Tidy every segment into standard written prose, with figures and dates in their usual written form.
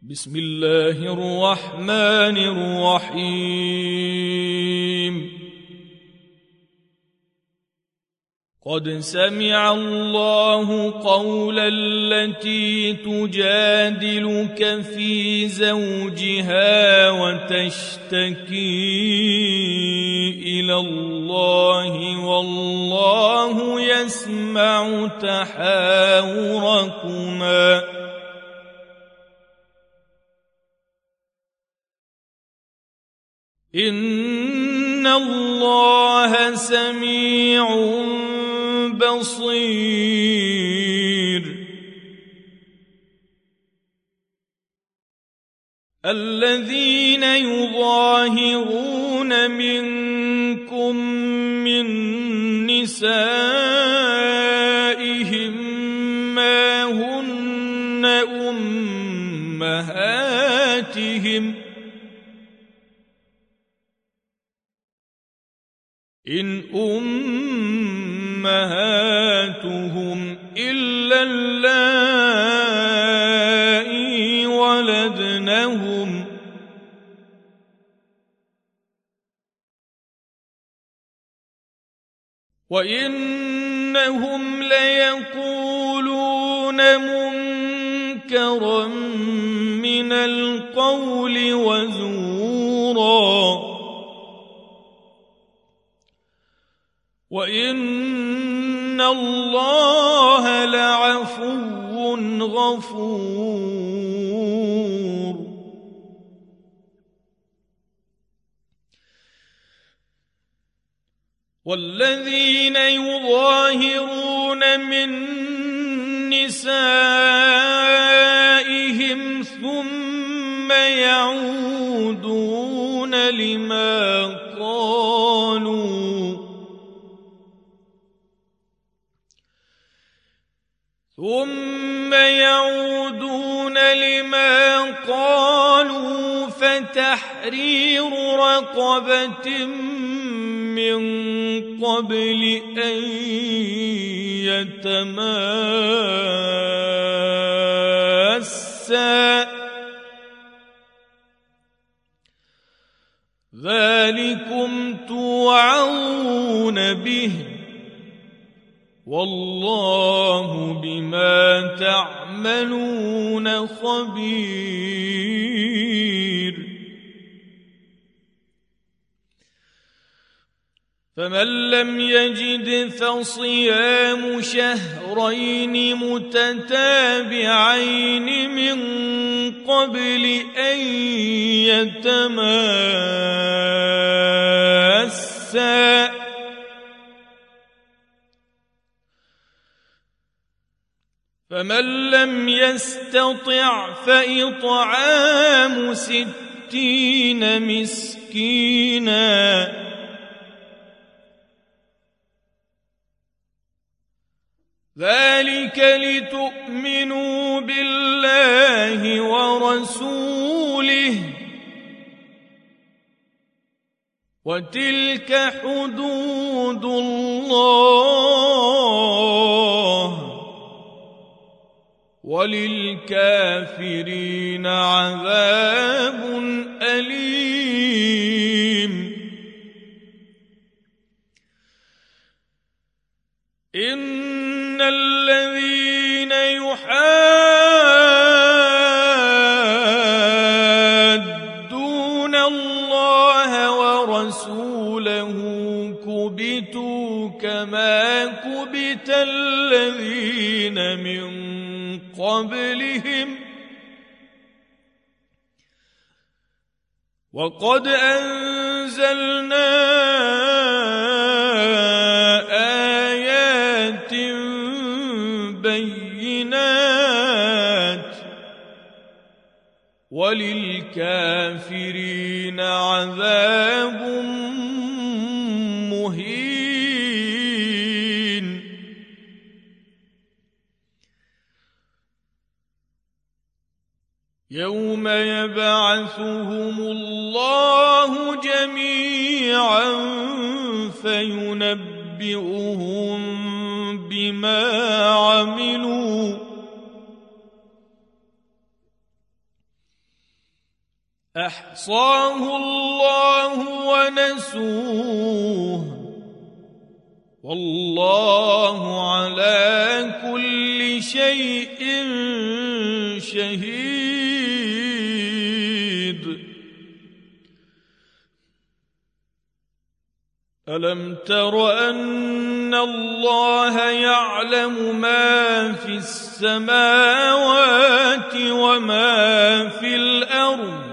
بسم الله الرحمن الرحيم. قد سمع الله قول التي تجادلك في زوجها وتشتكي إلى الله والله يسمع تحاوركما إن الله سميع بصير. الذين يظاهرون منكم من نسائهم ما هن أمهاتهم إن أمهاتهم إلا اللائي ولدنهم وإنهم ليقولون منكرا من القول وزورا وإن الله لعفو غفور. والذين يظاهرون من نسائهم ثم يعودون لما قالوا فتحرير رقبة من قبل أن يتماسا ذلكم توعون به والله بما تعملون خبير. فمن لم يجد فصيام شهرين متتابعين من قبل أن يتماسا فمن لم يستطع فإطعام 60 مسكينا ذلك لتؤمنوا بالله ورسوله وتلك حدود الله وللكافرين عذاب أليم. إن الذين يحادون الله ورسوله كبتوا كما كبت الذين من قبلهم وقد أنزلنا آيات بينات وللكافرين عذاب مهين. يوم يبعثهم الله جميعا فينبئهم بما عملوا أحصاه الله ونسوه والله على كل شيء شهيد. ألم تر أن الله يعلم ما في السماوات وما في الأرض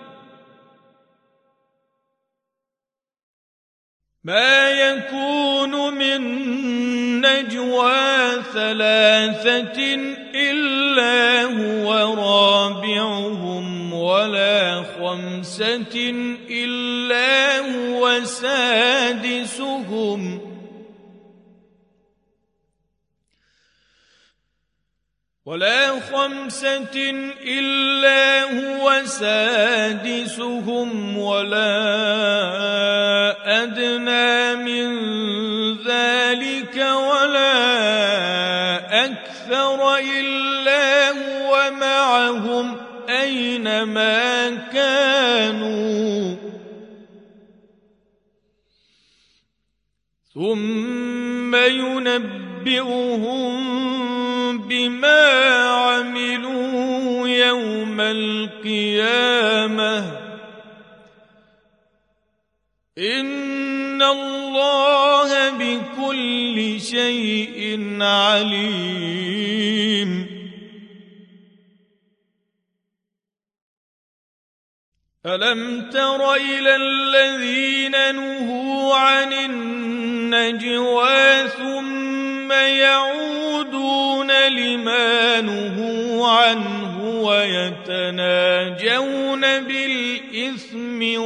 ما يكون من نجوى ثلاثة إلا هو رابعهم ولا خمسة إلا هو سادسهم ولا أدنى من ذلك ولا أكثر إلا هو معهم أينما كانوا ثم ينبئهم بما عملوا يوم القيامة إن الله بكل شيء عليم. ألم تر إلى الذين نهوا عن النجوى ثم يعودون لما نهوا عنه ويتناجون بالإثم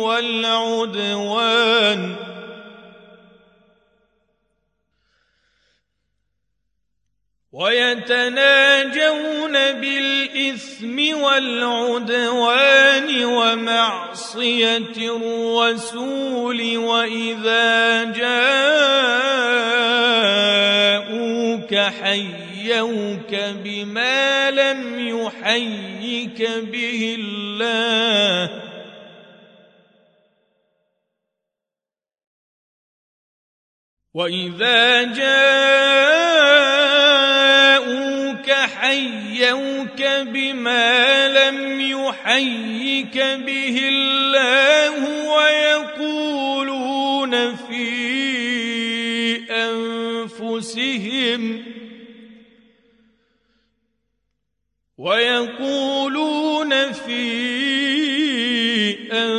والعدوان ومعصية الرسول وإذا جاءوك حيوك بما لم يحيك به الله ويقولون في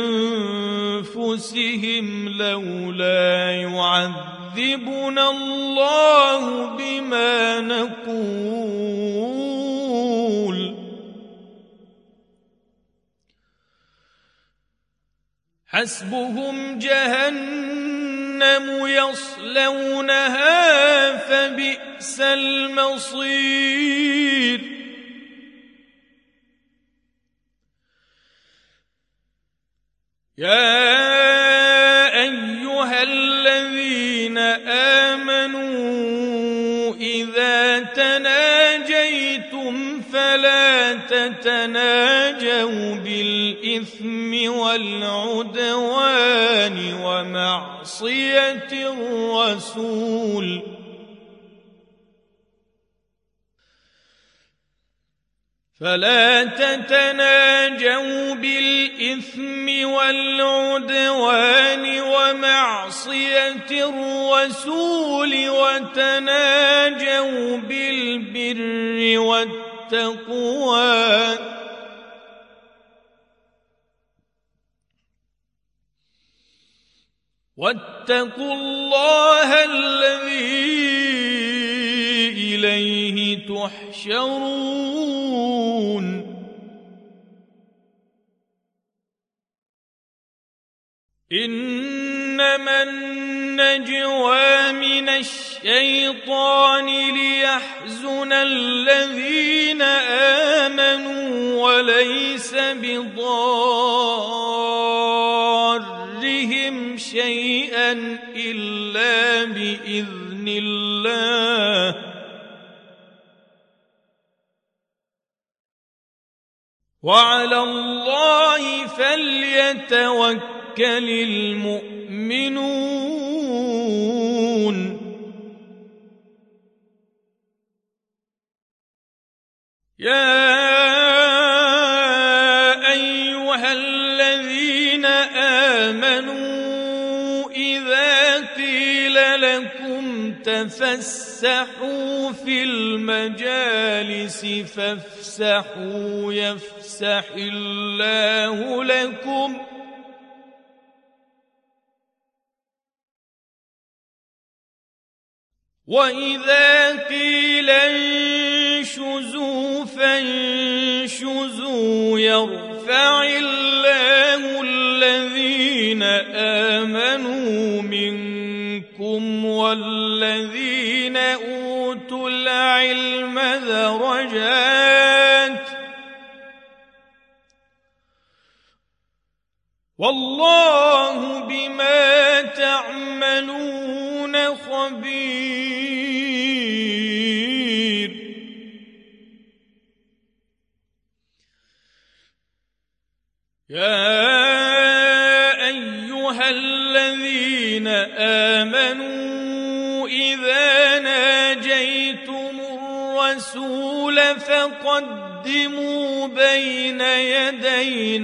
أنفسهم لولا يعذبنا الله بما نقول حسبهم جهنم يصلونها فبئس المصير. يا أيها الذين آمنوا إذا تناجيتم فلا تتناجوا بالإثم والعدوان ومعصية الرسول وتناجوا بالبر والتقوى واتقوا الله الذي إليه تحشرون. إنما النجوى من الشيطان ليحزن الذين آمنوا وليس بضارهم شيئا إلا بإذن الله وعلى الله فليتوكل المؤمنون يا أيها الذين آمنوا إذا قيل لكم تفسحوا في المجالس فافسحوا يفسح الله لكم وإذا قيل انشزوا فانشزوا يرفع الله الذين آمنوا منكم والذين أوتوا العلم درجات والله بما تعملون خبير يا أيها الذين آمنوا إذا ناجيتم الرسول فقدموا بين يدي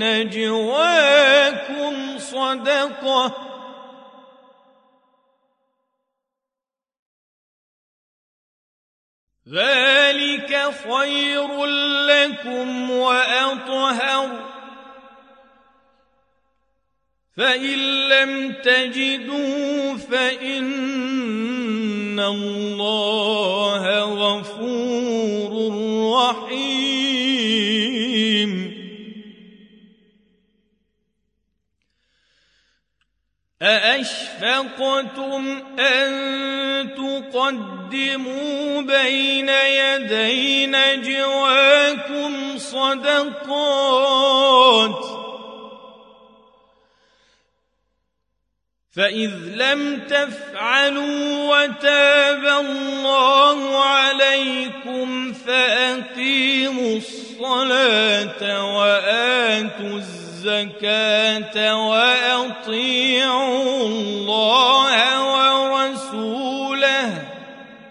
نجواكم صدقة ذلك خير لكم وأطهر فإن لم تجدوا فإن الله غفور رحيم أأشفقتم أن تقدموا بين يدي نجواكم صدقات فإذ لم تفعلوا وتاب الله عليكم فأقيموا الصلاة وآتوا الزكاة وأطيعوا الله ورسوله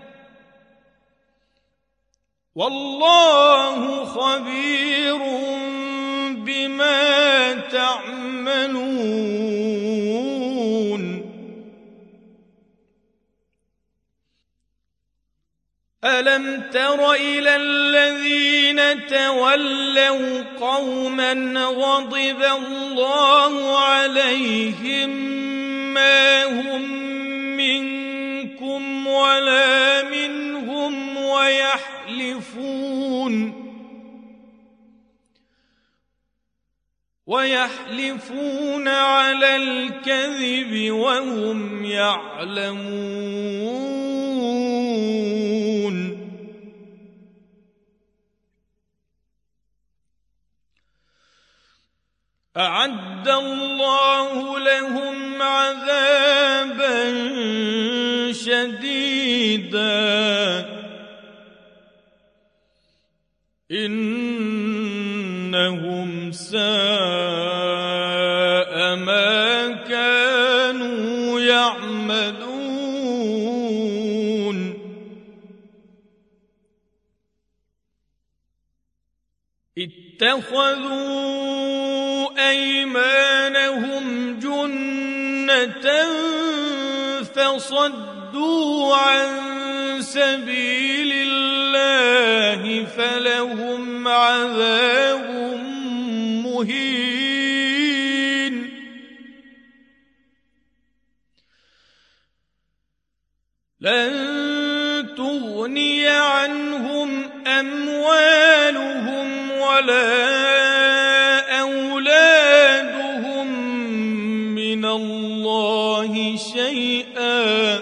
والله خبير بما تعملون ألم تر إلى الذين تولوا قوما غضب الله عليهم ما هم منكم ولا منهم ويحلفون على الكذب وهم يعلمون أعد الله لهم عذابا شديدا إنهم ساء ما كانوا يعملون اتخذوا أيمانهم جنة فصدوا عن سبيل الله فلهم عذاب مهين لن تغني عنهم أموالهم ولا أولادهم من الله شيئا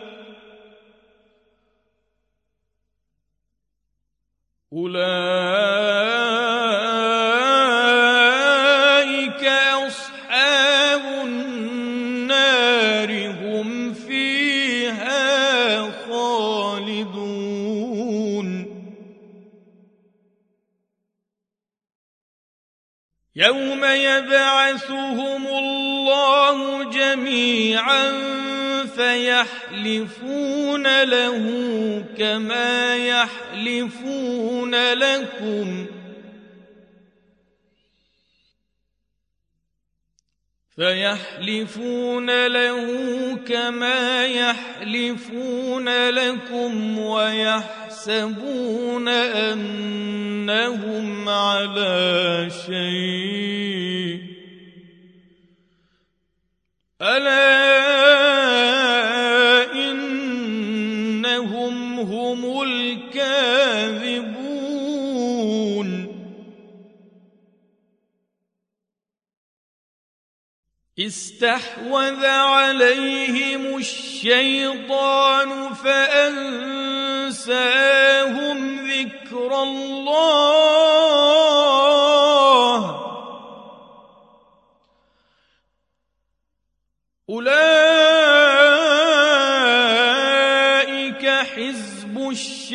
أولئك أصحاب النار هم فيها خالدون يوم يبعثهم الله جميعا فيحلفون له كما يحلفون لكم ويحسبون أنهم على شيء ألا إنهم هم الكاذبون استحوذ عليهم الشيطان فأنساهم ذكر الله أولئك حزب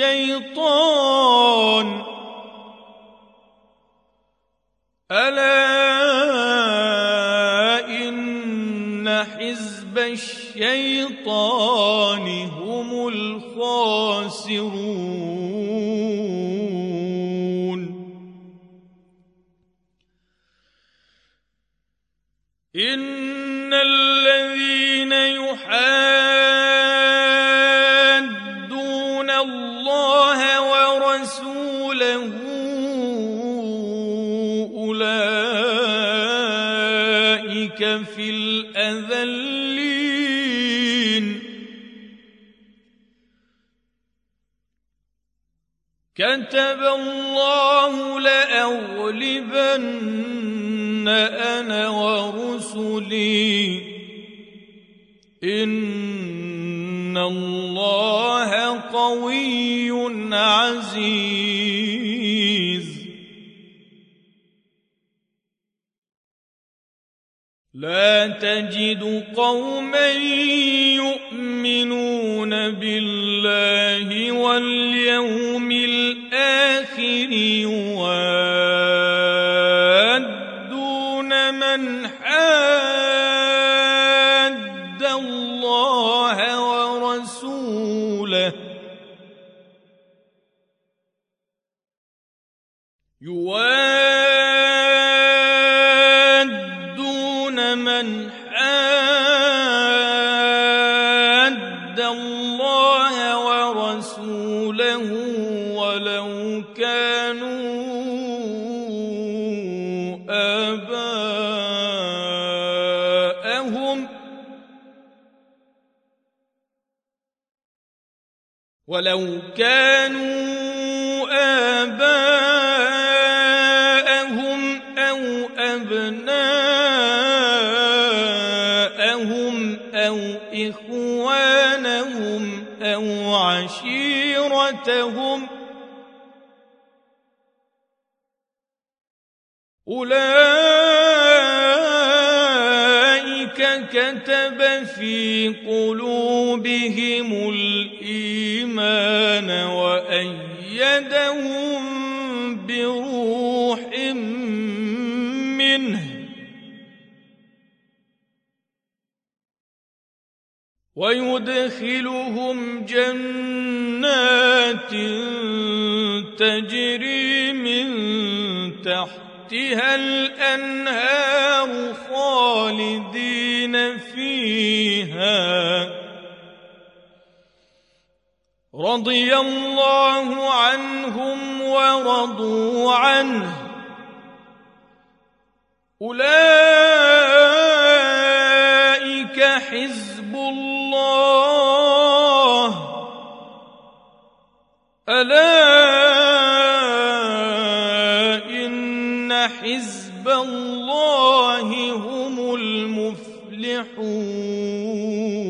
الشيطان ألا إن حزب الشيطان هم الخاسرون إن الذين يحادون الله ورسوله أولئك في الأذلين كتب الله لأغلبن أنا ورسلي إن الله قوي عزيز لا تجد قوما يؤمنون بالله واليوم الآخر يوادون من حاد الله ورسوله ولو كانوا آباءهم أو أبناءهم أو إخوانهم أو عشيرتهم أولئك كتب في قلوبهم الإيمان وأيدهم بروح منه ويدخلهم جنات تجري من تحتها الأنهار خالدين فيها رضي الله عنهم ورضوا عنه أولئك حزب الله ألا إن حزب الله هم المفلحون